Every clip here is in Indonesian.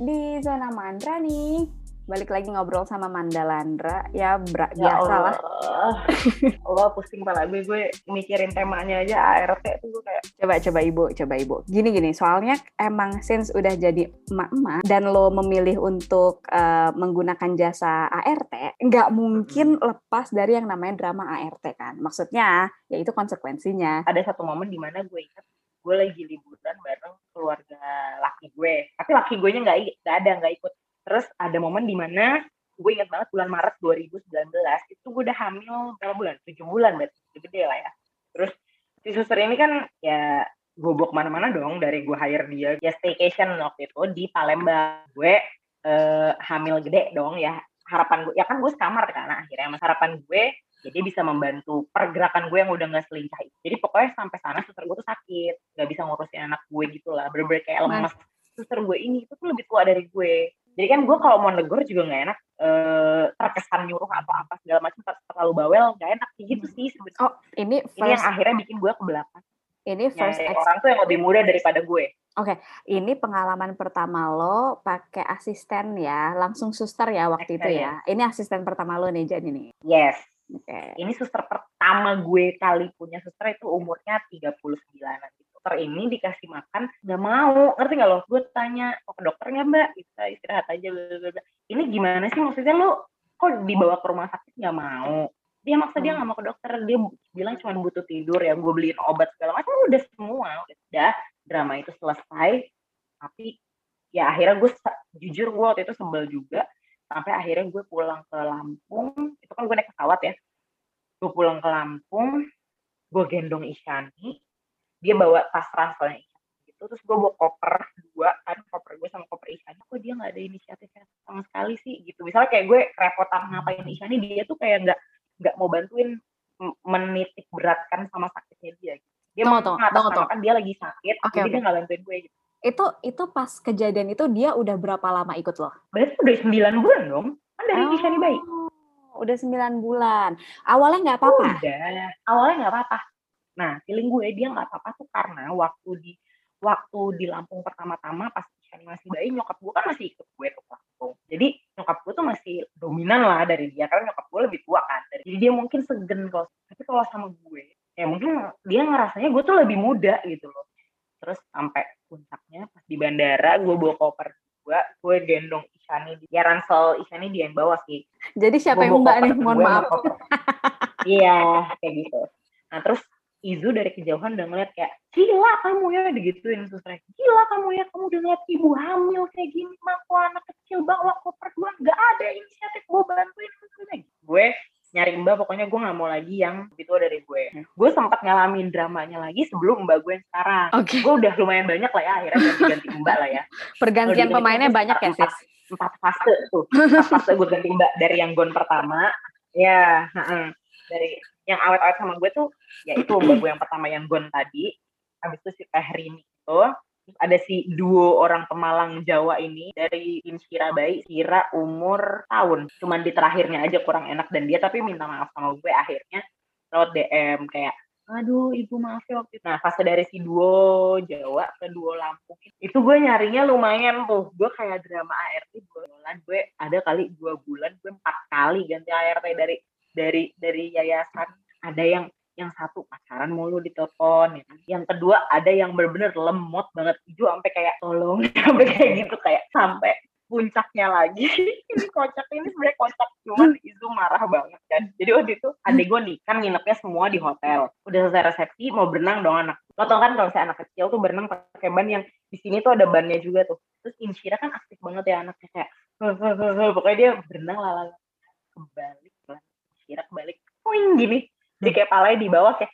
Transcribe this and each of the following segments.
di Zona Mandra nih. Balik lagi ngobrol sama Mandalandra. Ya, Ya biasalah. Allah, Allah pusing kepala gue mikirin temanya aja ART tuh gue kayak Coba Ibu. Gini, soalnya emang since udah jadi emak-emak dan lo memilih untuk menggunakan jasa ART, nggak mungkin lepas dari yang namanya drama ART kan. Maksudnya, ya itu konsekuensinya. ada satu momen di mana gue ingat gue lagi liburan bareng keluarga laki gue, tapi laki gue nya nggak ikut. Terus ada momen di mana gue ingat banget bulan Maret 2019 itu gue udah hamil berapa bulan? 7 bulan berarti gede lah ya. Terus si suster ini kan ya gue bawa kemana-mana dong, dari gue hire dia ya staycation waktu itu di Palembang. Gue hamil gede dong ya, harapan gue ya kan gue sekamar kan akhirnya, mas harapan gue jadi bisa membantu pergerakan gue yang udah gak selincah itu. Jadi pokoknya sampai sana suster gue tuh sakit, gak bisa ngurusin anak gue gitu lah, bener-bener kayak lemas. Suster gue ini itu tuh lebih tua dari gue, jadi kan gue kalau mau negur juga gak enak, terkesan nyuruh atau apa segala macam, terlalu bawel gak enak gitu sih sebetulnya. Oh, ini yang akhirnya bikin gue ke belakang. Ini first orang tuh yang lebih muda daripada gue. Oke, ini pengalaman pertama lo pakai asisten ya, langsung suster ya waktu itu ya. Ini asisten pertama lo nih jadi nih. Yes. Okay. Ini suster pertama gue kali punya suster itu umurnya 39-an. Suster ini dikasih makan nggak mau, ngerti nggak lo? Gue tanya, kok ke dokter nggak mbak? Bisa istirahat aja. Blablabla. Ini gimana sih, maksudnya lo kok dibawa ke rumah sakit nggak mau? Dia maksa dia nggak mau ke dokter, dia bilang cuma butuh tidur ya, gue beliin obat segala macam, udah semua, udah drama itu selesai. Tapi ya akhirnya gue jujur gue waktu itu sebel juga. Sampai akhirnya gue pulang ke Lampung, itu kan gue naik pesawat ya. Gue pulang ke Lampung, gue gendong Isyani, dia bawa tas ranselnya Isyani gitu, terus gue bawa koper 2, kan koper gue sama koper Isyani, kok dia gak ada inisiatifnya sama sekali sih gitu. Misalnya kayak gue repotan ngapain Isyani, dia tuh kayak gak mau bantuin menitik beratkan sama sakitnya dia gitu. Dia mau mengatasnamakan dia lagi sakit, jadi dia gak bantuin gue gitu. Itu pas kejadian itu dia udah berapa lama ikut lo? Berarti udah 9 bulan dong. Kan dari Isyani bayi. Udah 9 bulan. Awalnya nggak apa-apa? Udah. Awalnya nggak apa-apa. Nah, feeling gue dia nggak apa-apa tuh karena waktu di Lampung pertama-tama pas Isyani masih bayi, nyokap gue kan masih ikut gue tuh ke Lampung. Jadi nyokap gue tuh masih dominan lah dari dia, karena nyokap gue lebih tua kan. Jadi dia mungkin segen kok. Tapi kalau sama gue, ya mungkin dia ngerasanya gue tuh lebih muda gitu loh. Terus sampai puncaknya pas di bandara, gue bawa koper gue gendong Isyani, ya ransel Isyani dia yang bawa sih. Jadi siapa yang mbak nih? Mohon maaf. Iya, kayak gitu. Nah terus Izu dari kejauhan udah ngeliat kayak, gila kamu ya, digituin susternya. Gila kamu ya, kamu udah ngeliat ibu hamil kayak gini, mangku anak kecil bawa koper 2, gak ada inisiatif gue bantuin susternya. Gue nyari mbak, pokoknya gue gak mau lagi yang lebih tua dari gue. Gue sempat ngalamin dramanya lagi sebelum mbak gue yang sekarang. Gue udah lumayan banyak lah ya, akhirnya ganti-ganti mbak lah ya. Pergantian pemainnya banyak ya sis? 4 fase tuh. 4 fase gue ganti mbak. Dari yang gon pertama, ya dari yang awet-awet sama gue tuh, ya itu mbak gue yang pertama yang gon tadi. Habis itu si Teh Rini itu. Terus ada si duo orang Pemalang Jawa ini dari Insyira bayi, Syira umur tahun. Cuman di terakhirnya aja kurang enak, dan dia tapi minta maaf sama gue akhirnya lewat DM kayak, aduh ibu maaf ya waktu itu. Nah fase dari si duo Jawa ke duo Lampung itu gue nyarinya lumayan tuh. Gue kayak drama ART gue ada kali 2 bulan gue 4 kali ganti ART dari yayasan. Ada yang satu pacaran mulu di telepon ya kan? Yang kedua ada yang bener-bener lemot banget, Ijo sampai kayak tolong sampai kayak gitu, kayak sampai puncaknya lagi. Ini kocak, ini sebenarnya kocak, cuman Izu marah banget kan. Jadi waktu itu adik gue nih kan nginepnya semua di hotel, udah selesai resepsi mau berenang dong anak. Lo tau kan kalau saya anak kecil tuh berenang pakai ban yang di sini tuh ada bannya juga tuh. Terus Insyira kan aktif banget ya anaknya, kayak pokoknya dia berenang lala kebalik lah. Insyira kebalik poing gini, jadi kayak palanya di bawah kayak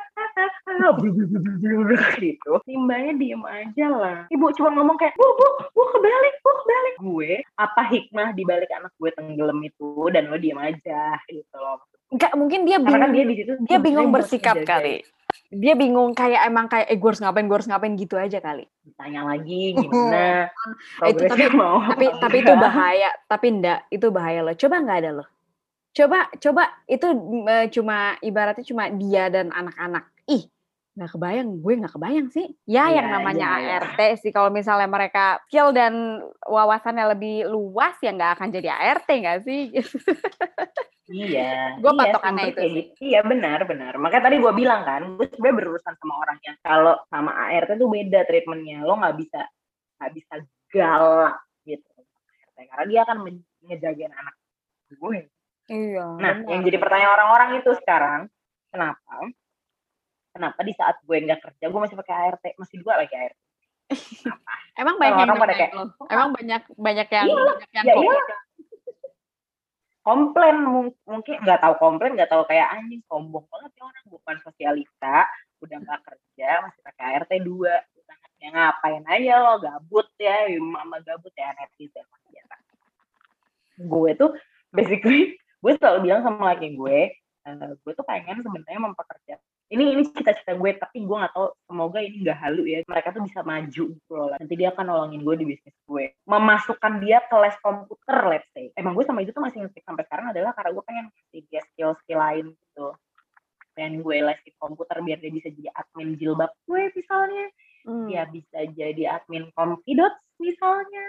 gitu. Timbanya diem aja lah. Ibu cuma ngomong kayak, bu kebalik. Gue, apa hikmah dibalik anak gue tenggelam itu, dan lo diem aja gitu loh. Enggak, mungkin dia bingung. Karena kan dia bingung bersikap kali. Dia bingung kayak emang kayak gue harus ngapain gitu aja kali. Ditanya lagi gimana. Itu tapi itu bahaya. Tapi enggak, itu bahaya loh. Coba enggak ada loh. Coba itu cuma ibaratnya cuma dia dan anak-anak. Ih, gue nggak kebayang sih. Ya yang namanya ART sih, kalau misalnya mereka skill dan wawasannya lebih luas ya nggak akan jadi ART nggak sih? Iya, Gue patokannya itu kayak sih. gitu. Iya benar. Makanya tadi gue bilang kan, gue sebenarnya berurusan sama orang yang kalau sama ART tuh beda treatmentnya. Lo nggak bisa galak gitu. Karena dia akan ngejagain anak gue. Iya. Nah, benar. yang jadi pertanyaan orang-orang itu sekarang, kenapa di saat gue nggak kerja gue masih pakai ART, masih 2 lagi ART. Kenapa? Emang banyak yang pada kayak, emang banyak yang komplain, mungkin nggak tahu komplain, nggak tahu kayak anjing sombong banget ya orang, bukan sosialita, udah nggak kerja masih pakai ART 2. Ya ngapain aja lo, gabut ya, mama gabut ya, netizen. Gue tuh basically gue selalu bilang sama laki gue tuh pengen sebenarnya mempekerjakan ini cita-cita gue, tapi gue nggak tahu, semoga ini nggak halu ya, mereka tuh bisa maju gitu loh, nanti dia akan nolongin gue di bisnis gue, memasukkan dia ke les komputer, let's say. Emang gue sama itu tuh masih ngetik sampai sekarang adalah karena gue pengen kasih dia skill lain gitu, pengen gue lesin komputer biar dia bisa jadi admin jilbab gue misalnya, dia bisa jadi admin Comfidots misalnya.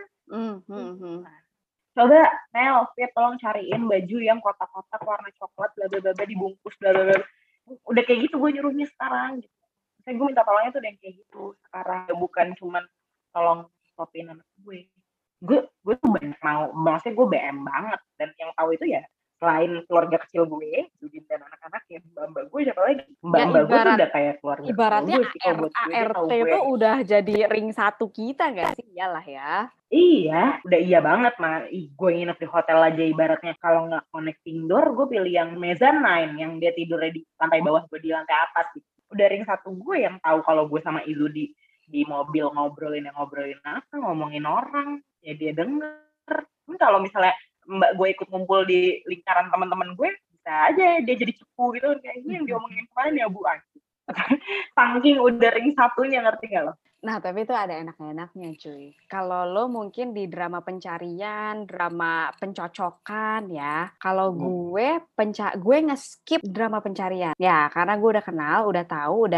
Coba Mel, Fit, tolong cariin baju yang kotak-kotak warna coklat, bla bla bla, dibungkus bla bla bla. Udah kayak gitu gue nyuruhnya sekarang gitu. Saya gue minta tolongnya tuh udah kayak gitu sekarang, bukan cuman tolong stopin anak gue tuh banyak mau, maksudnya gue BM banget, dan yang tahu itu ya selain keluarga kecil gue, Judin dan anak-anak ya, mbak gue siapa lagi, mbak gue tuh udah kayak keluarga ibaratnya gue sih, ART itu udah jadi ring satu kita gak sih? Iyalah ya. Iya, udah iya banget mah. Gue nginep di hotel aja ibaratnya kalau nggak connecting door, gue pilih yang mezzanine, yang dia tidurnya di lantai bawah, gue di lantai atas gitu. Udah ring satu gue yang tahu kalau gue sama Izu di mobil ngobrolin apa, ngomongin orang, ya dia denger. Kalau misalnya mbak gue ikut ngumpul di lingkaran teman-teman gue, bisa aja dia jadi cepu gitu, kayak ini yang diomongin kemarin ya Bu Anki. Saking udah ring satunya, ngerti gak lo? Nah, tapi itu ada enak-enaknya cuy. Kalau lo mungkin di drama pencarian, drama pencocokan ya. Kalau gue nge-skip drama pencarian. Ya, karena gue udah kenal, udah tahu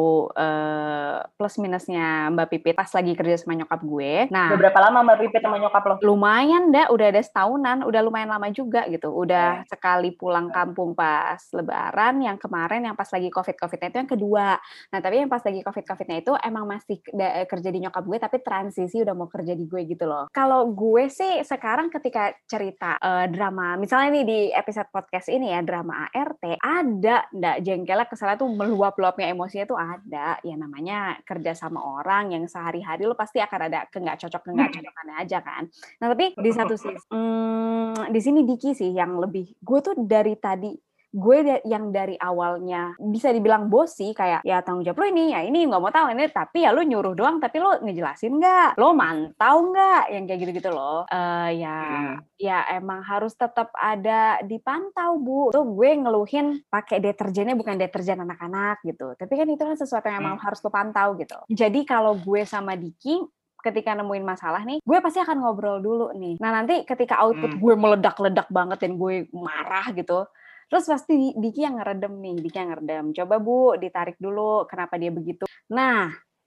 plus minusnya Mbak Pipit pas lagi kerja sama nyokap gue. Nah, udah berapa lama Mbak Pipit sama nyokap lo? Lumayan dah, udah ada setahunan, udah lumayan lama juga gitu. Udah sekali pulang kampung pas Lebaran, yang kemarin yang pas lagi COVID-nya itu yang kedua. Nah, tapi yang pas lagi COVID-nya itu emang masih kerja di nyokap gue, tapi transisi udah mau kerja di gue gitu loh. Kalau gue sih sekarang ketika cerita drama, misalnya nih di episode podcast ini ya, drama ART, ada nggak jengkelnya, keselnya tuh meluap-luapnya emosinya tuh ada. Ya namanya kerja sama orang yang sehari-hari lo pasti akan ada nggak cocokannya aja kan. Nah, tapi di satu sisi, di sini Diki sih yang lebih, gue tuh dari tadi, yang dari awalnya bisa dibilang bos sih, kayak ya tanggung jawab lo ini nggak mau tahu ini, tapi ya lo nyuruh doang, tapi lo ngejelasin nggak, lo mantau nggak, yang kayak gitu-gitu loh. Ya emang harus tetap ada dipantau Bu. Tuh gue ngeluhin pakai deterjennya bukan deterjen anak-anak gitu, tapi kan itu kan sesuatu yang emang harus lo pantau gitu. Jadi kalau gue sama Diki ketika nemuin masalah nih, gue pasti akan ngobrol dulu nih. Nah, nanti ketika output gue meledak-ledak banget dan gue marah gitu, terus pasti Diki yang ngeredem. Coba Bu, ditarik dulu kenapa dia begitu. Nah,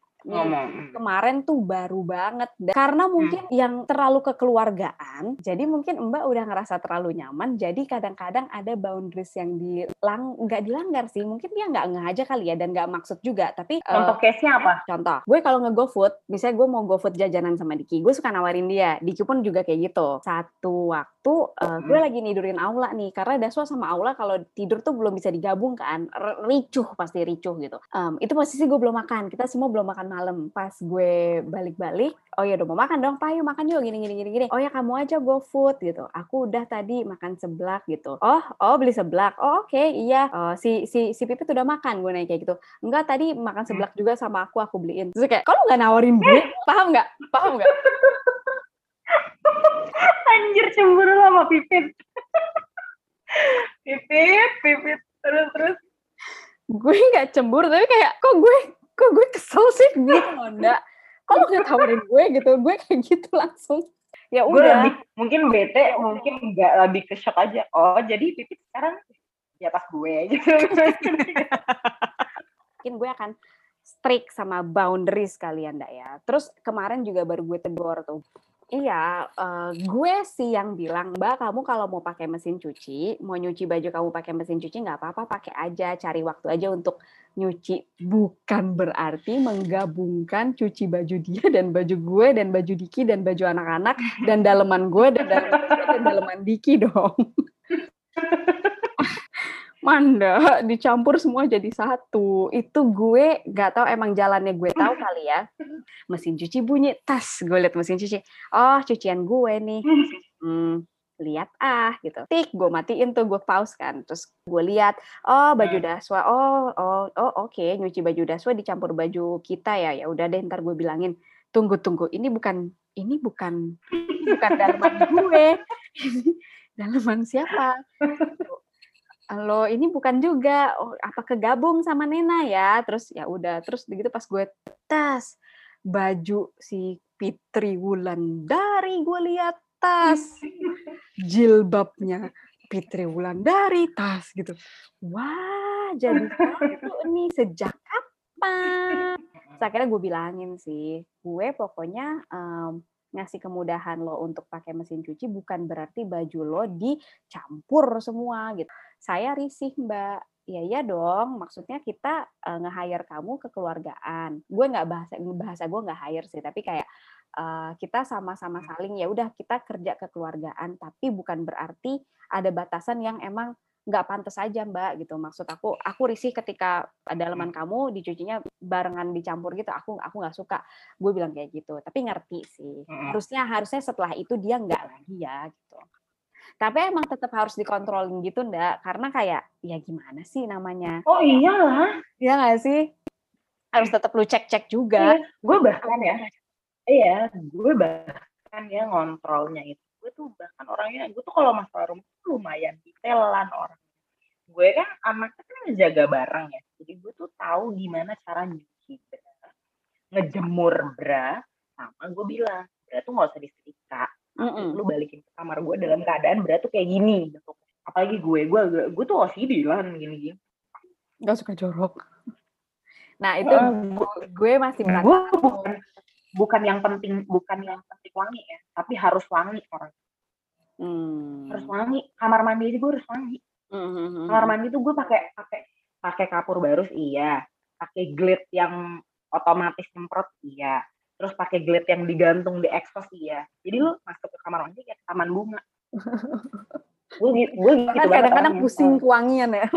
kemarin tuh baru banget, karena mungkin yang terlalu kekeluargaan, jadi mungkin Mbak udah ngerasa terlalu nyaman, jadi kadang-kadang ada boundaries yang nggak dilanggar sih, mungkin dia nggak aja kali ya, dan nggak maksud juga, tapi contoh case-nya apa? Contoh, gue kalau nge-GoFood, misalnya gue mau GoFood jajanan sama Diki, gue suka nawarin dia, Diki pun juga kayak gitu. Satu waktu gue lagi nidurin Aula nih, karena Daswa sama Aula kalau tidur tuh belum bisa digabung kan, pasti ricuh gitu. Itu posisi gue belum makan, kita semua belum makan malam. Pas gue balik-balik, oh ya udah mau makan dong, Pak, yuk makan yuk, gini. Oh ya kamu aja GoFood gitu. Aku udah tadi makan seblak gitu. Oh beli seblak. Oh oke, iya. Si Pipit udah makan, gue nanya kayak gitu. Enggak, tadi makan seblak juga sama aku beliin. Terus kayak, kalau nggak nawarin gue, paham nggak? Anjir, cemburu sama Pipit. Pipit, terus. Gue nggak cemburu, tapi kayak kok gue kesel sih gitu loh, Nda. Kok lo nggak tawarin gue gitu? Gue kayak gitu langsung. Ya udah. Gue lebih mungkin bete, mungkin nggak, lebih ke shock aja. Oh jadi Pipit sekarang di atas gue gitu. mungkin gue akan strict sama boundaries kalian Ndak ya. Terus kemarin juga baru gue tegur tuh. Iya, gue sih yang bilang, Mbak, kamu kalau mau pakai mesin cuci, mau nyuci baju kamu pakai mesin cuci nggak apa-apa, pakai aja, cari waktu aja untuk nyuci. Bukan berarti menggabungkan cuci baju dia dan baju gue dan baju Diki dan baju anak-anak dan daleman gue dan daleman Diki dong. Manda, dicampur semua jadi satu. Itu gue nggak tahu, emang jalannya gue tahu kali ya. Mesin cuci bunyi, tas. Gue liat mesin cuci. Oh, cucian gue nih. Lihat gitu. Tik, gue matiin tuh, gue pause kan. Terus gue lihat, oh baju Daswa. Oh, oke. Nyuci baju Daswa dicampur baju kita ya. Ya udah deh, ntar gue bilangin. Tunggu. Ini bukan daleman gue. Daleman siapa? Lo ini bukan juga, apa kegabung sama Nena ya? Terus ya udah, terus begitu pas gue tas baju si Fitri Wulandari, gue lihat tas jilbabnya Fitri Wulandari, tas gitu. Wah, jadi satu nih sejak kapan? Terus akhirnya gue bilangin sih, gue pokoknya ngasih kemudahan lo untuk pakai mesin cuci bukan berarti baju lo dicampur semua gitu. Saya risih Mbak, ya dong. Maksudnya kita nge-hire kamu kekeluargaan. Gue nggak bahasa gue nggak hire sih, tapi kayak kita sama-sama saling ya udah kita kerja kekeluargaan, tapi bukan berarti ada batasan yang emang nggak pantas aja Mbak gitu. Maksud aku risih ketika daleman kamu dicucinya barengan dicampur gitu. Aku nggak suka. Gue bilang kayak gitu. Tapi ngerti sih. Harusnya setelah itu dia nggak lagi ya gitu. Tapi emang tetap harus dikontrolin gitu Ndak, karena kayak ya gimana sih namanya. Oh iyalah. Iya nggak sih? Harus tetap lu cek juga. Iya, gue bahkan ya ngontrolnya itu. Gue tuh bahkan orangnya, gue tuh kalau masalah rumah tuh lumayan detailan orang. Gue kan anaknya kan ngejaga barang ya. Jadi gue tuh tahu gimana cara nyuci bra, ngejemur bra, sama gue bilang, bra tuh nggak usah disetrika. Lu balikin ke kamar gue dalam keadaan bra tuh kayak gini. Apalagi gue tuh OCD lah gini-gini. Gak suka jorok. Nah itu gue masih bukan yang penting wangi ya, tapi harus wangi orang. Harus wangi. Kamar mandi aja gue harus wangi. Kamar mandi tuh gue pakai kapur barus iya, pakai glade yang otomatis semprot iya, terus pakai glade yang digantung di exhaust iya. Jadi lu masuk ke kamar mandi kayak taman bunga. gue gitu kadang-kadang pusing kewangian ya.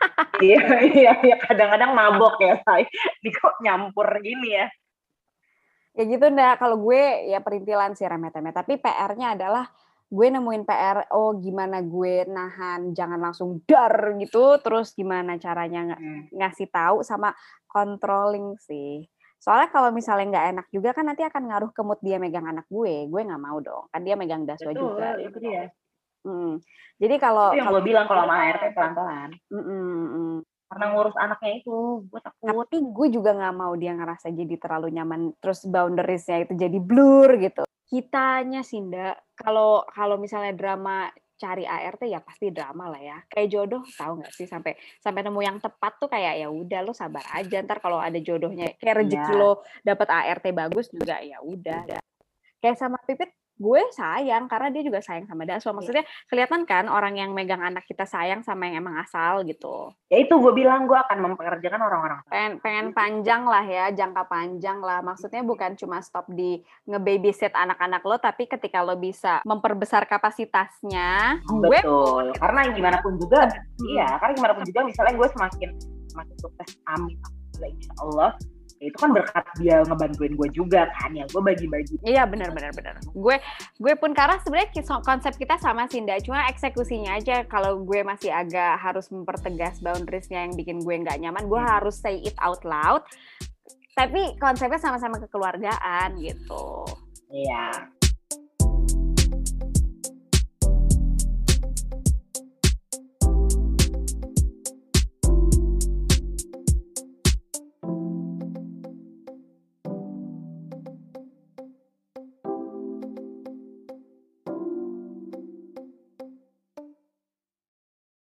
Iya, kadang-kadang mabok ya say. Di kok nyampur gini ya. Ya gitu Ndak, kalau gue ya perintilan sih remet-remet, tapi PR-nya adalah gue nemuin PR, gimana gue nahan jangan langsung dar gitu, terus gimana caranya ngasih tahu sama controlling sih. Soalnya kalau misalnya nggak enak juga kan nanti akan ngaruh ke mood dia megang anak gue nggak mau dong, kan dia megang Daswa juga. Itu dia. Jadi kalau gue bilang kalau sama ART pelan-pelan. Karena ngurus anaknya itu, gue takut. Tapi gue juga nggak mau dia ngerasa jadi terlalu nyaman, terus boundariesnya itu jadi blur gitu. Kitanya sih Ndak, kalau misalnya drama cari ART ya pasti drama lah ya. Kayak jodoh, tahu nggak sih sampai nemu yang tepat tuh kayak ya udah lo sabar aja, ntar kalau ada jodohnya kayak rezeki lo dapet ART bagus juga ya udah. Kayak sama Pipit, gue sayang karena dia juga sayang sama Daswa. Maksudnya kelihatan kan orang yang megang anak kita sayang sama yang emang asal gitu. Ya itu gue bilang gue akan mempekerjakan orang-orang. Pengen panjang lah ya, jangka panjang lah. Maksudnya bukan cuma stop di nge-babysit anak-anak lo, tapi ketika lo bisa memperbesar kapasitasnya. Betul. Karena gimana pun juga, misalnya gue semakin sukses, amin. Insya Allah. Itu kan berkat dia ngebantuin gue juga kan ya, gue bagi-bagi. Iya benar. Gue pun karena sebenarnya konsep kita sama sih Ndak, cuma eksekusinya aja kalau gue masih agak harus mempertegas boundariesnya yang bikin gue nggak nyaman, gue harus say it out loud. Tapi konsepnya sama-sama kekeluargaan gitu. Iya.